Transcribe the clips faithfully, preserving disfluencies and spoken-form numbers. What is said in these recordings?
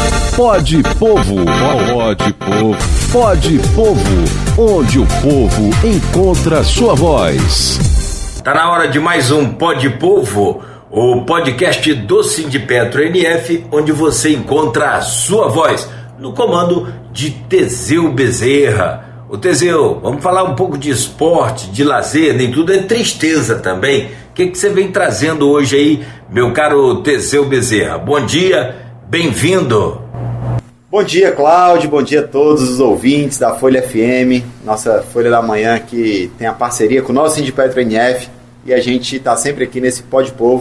Pode Povo, pode Povo, pode Povo, onde o povo encontra sua voz. Tá na hora de mais um Pode Povo, o podcast do Sindipetro N F, onde você encontra a sua voz, no comando de Teseu Bezerra. Ô Teseu, vamos falar um pouco de esporte, de lazer, nem tudo é tristeza também. O que, que você vem trazendo hoje aí, meu caro Teseu Bezerra? Bom dia, bem-vindo. Bom dia, Cláudio, bom dia a todos os ouvintes da Folha F M, nossa Folha da Manhã que tem a parceria com o nosso Sindipetro N F e a gente está sempre aqui nesse Pode Povo.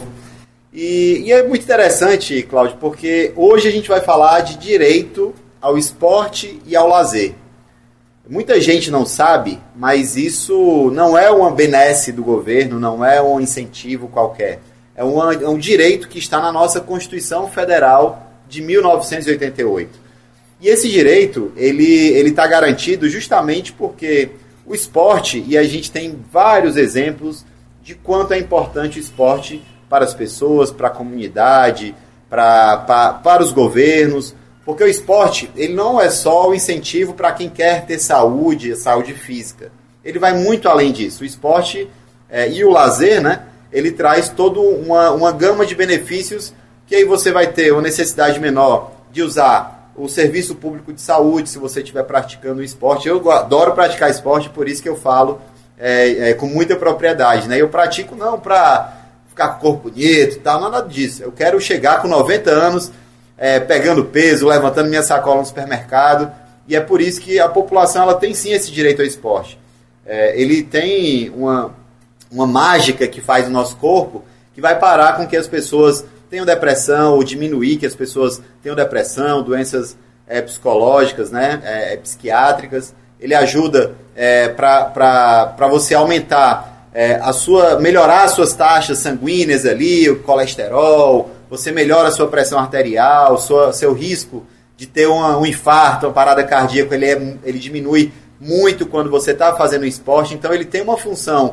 E, e é muito interessante, Cláudio, porque hoje a gente vai falar de direito ao esporte e ao lazer. Muita gente não sabe, mas isso não é uma benesse do governo, não é um incentivo qualquer. É, uma, é um direito que está na nossa Constituição Federal de mil novecentos e oitenta e oito. E esse direito, ele ele está garantido justamente porque o esporte, e a gente tem vários exemplos de quanto é importante o esporte para as pessoas, para a comunidade, para, para, para os governos, porque o esporte ele não é só o incentivo para quem quer ter saúde, saúde física. Ele vai muito além disso. O esporte é, e o lazer, né, ele traz toda uma, uma gama de benefícios que aí você vai ter uma necessidade menor de usar o serviço público de saúde, se você estiver praticando esporte. Eu adoro praticar esporte, por isso que eu falo é, é, com muita propriedade. Né? Eu pratico não para ficar com o corpo bonito e tal, nada disso. Eu quero chegar com noventa anos, é, pegando peso, levantando minha sacola no supermercado, e é por isso que a população ela tem sim esse direito ao esporte. É, ele tem uma, uma mágica que faz no nosso corpo, que vai parar com que as pessoas tenham depressão, ou diminuir que as pessoas tenham depressão, doenças é, psicológicas, né, é, psiquiátricas. Ele ajuda é, para você aumentar é, a sua, melhorar as suas taxas sanguíneas ali, o colesterol, você melhora a sua pressão arterial, sua, seu risco de ter uma, um infarto, uma parada cardíaca, ele, é, ele diminui muito quando você está fazendo esporte. Então ele tem uma função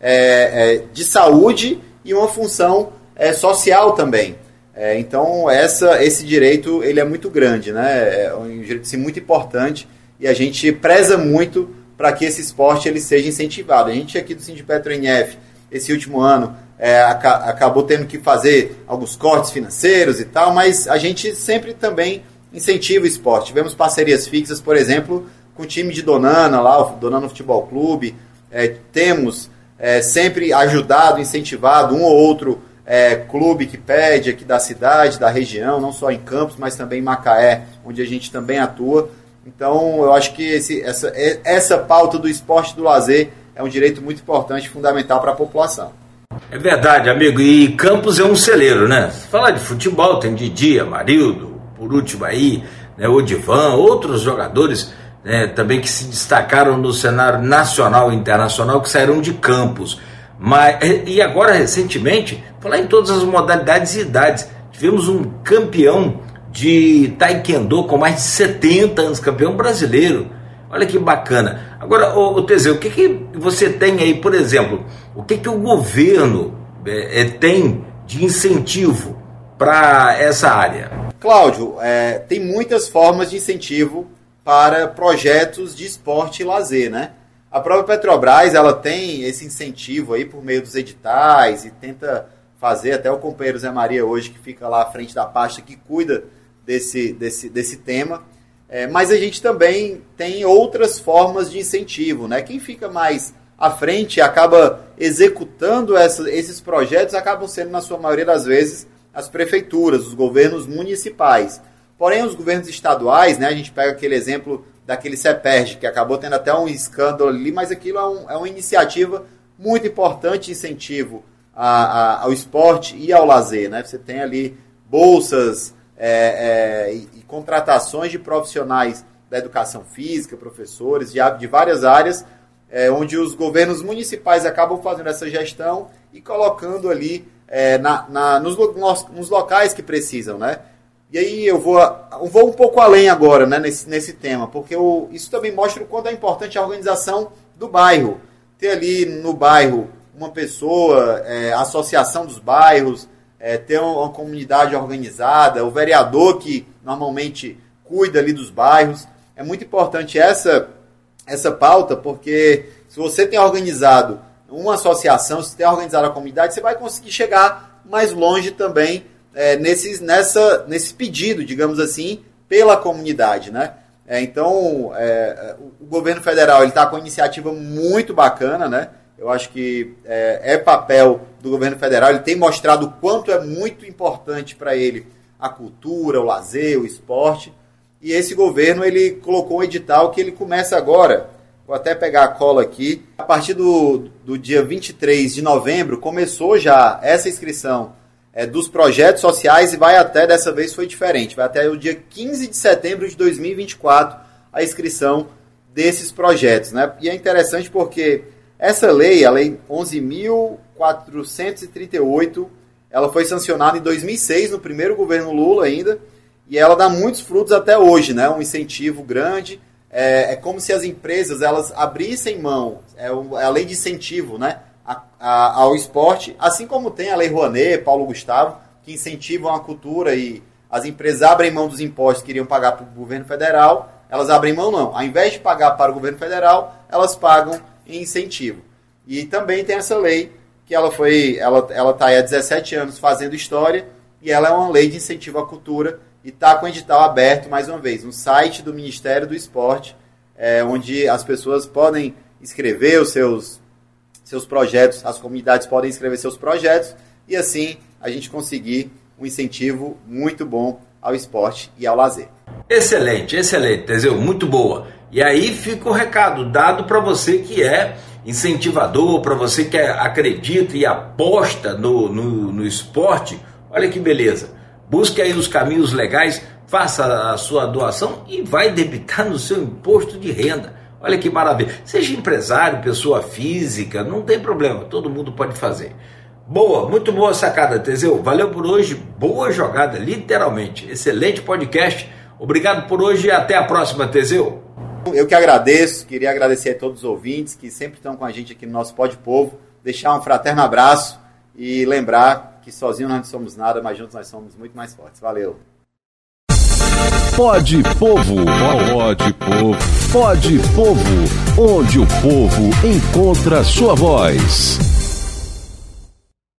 é, é, de saúde e uma função é social também. É, então, essa, esse direito ele é muito grande, né? É um direito assim, muito importante e a gente preza muito para que esse esporte ele seja incentivado. A gente aqui do Sindipetro N F, esse último ano, é, aca- acabou tendo que fazer alguns cortes financeiros e tal, mas a gente sempre também incentiva o esporte. Tivemos parcerias fixas, por exemplo, com o time de Donana, lá, o Donana Futebol Clube. É, temos é, sempre ajudado, incentivado um ou outro É, clube que pede aqui da cidade, da região, não só em Campos, mas também em Macaé, onde a gente também atua. Então, eu acho que esse, essa, essa pauta do esporte e do lazer é um direito muito importante e fundamental para a população. É verdade, amigo, e Campos é um celeiro, né? Falar de futebol, tem Didi, Amarildo, por último aí, né, Odivan, outros jogadores né, também que se destacaram no cenário nacional e internacional, que saíram de Campos. Mas, e agora, recentemente, falar em todas as modalidades e idades, tivemos um campeão de taekwondo com mais de setenta anos, campeão brasileiro. Olha que bacana. Agora, ô, ô Teseu, o que, que você tem aí, por exemplo, o que, que o governo é, é, tem de incentivo para essa área? Cláudio, é, tem muitas formas de incentivo para projetos de esporte e lazer, né? A própria Petrobras, ela tem esse incentivo aí por meio dos editais e tenta fazer, até o companheiro Zé Maria hoje, que fica lá à frente da pasta, que cuida desse, desse, desse tema. É, mas a gente também tem outras formas de incentivo, né? Quem fica mais à frente acaba executando essa, esses projetos, acabam sendo, na sua maioria das vezes, as prefeituras, os governos municipais. Porém, os governos estaduais, né? A gente pega aquele exemplo daquele CEPERJ, que acabou tendo até um escândalo ali, mas aquilo é, um, é uma iniciativa muito importante de incentivo a, a, ao esporte e ao lazer, né? Você tem ali bolsas é, é, e, e contratações de profissionais da educação física, professores de, de várias áreas, é, onde os governos municipais acabam fazendo essa gestão e colocando ali é, na, na, nos, nos locais que precisam, né? E aí eu vou, eu vou um pouco além agora, né, nesse, nesse tema, porque eu, isso também mostra o quanto é importante a organização do bairro. Ter ali no bairro uma pessoa, é, a associação dos bairros, é, ter uma, uma comunidade organizada, o vereador que normalmente cuida ali dos bairros. É muito importante essa, essa pauta, porque se você tem organizado uma associação, se tem organizado a comunidade, você vai conseguir chegar mais longe também é, nesses, nessa, nesse pedido, digamos assim, pela comunidade, né? É, então, é, o governo federal está com uma iniciativa muito bacana, né? Eu acho que é, é papel do governo federal, ele tem mostrado o quanto é muito importante para ele a cultura, o lazer, o esporte, e esse governo ele colocou um edital que ele começa agora. Vou até pegar a cola aqui. A partir do, do dia vinte e três de novembro, começou já essa inscrição é, dos projetos sociais e vai até, dessa vez foi diferente, vai até o dia quinze de setembro de dois mil e vinte e quatro a inscrição desses projetos, né? E é interessante porque essa lei, a Lei onze mil quatrocentos e trinta e oito, ela foi sancionada em dois mil e seis, no primeiro governo Lula ainda, e ela dá muitos frutos até hoje, né? Um incentivo grande. É, é como se as empresas elas abrissem mão, é, o, é a lei de incentivo, né, a, a, ao esporte, assim como tem a Lei Rouanet, Paulo Gustavo, que incentivam a cultura e as empresas abrem mão dos impostos que iriam pagar para o governo federal, elas abrem mão não. Ao invés de pagar para o governo federal, elas pagam em incentivo. E também tem essa lei, que ela foi, ela ela está há dezessete anos fazendo história, e ela é uma lei de incentivo à cultura, e está com o edital aberto, mais uma vez, no site do Ministério do Esporte, é, onde as pessoas podem escrever os seus, seus projetos, as comunidades podem escrever seus projetos, e assim a gente conseguir um incentivo muito bom ao esporte e ao lazer. Excelente, excelente, Teseu, muito boa. E aí fica o recado dado para você que é incentivador, para você que acredita e aposta no, no, no esporte. Olha que beleza. Busque aí os caminhos legais, faça a sua doação e vai debitar no seu imposto de renda. Olha que maravilha. Seja empresário, pessoa física, não tem problema, todo mundo pode fazer. Boa, muito boa sacada, Teseu. Valeu por hoje, boa jogada, literalmente. Excelente podcast. Obrigado por hoje e até a próxima, Teseu. Eu que agradeço, queria agradecer a todos os ouvintes que sempre estão com a gente aqui no nosso Pod Povo, deixar um fraterno abraço e lembrar que sozinho nós não somos nada, mas juntos nós somos muito mais fortes. Valeu! Pod Povo, Pod Povo, Pod Povo, onde o povo encontra sua voz.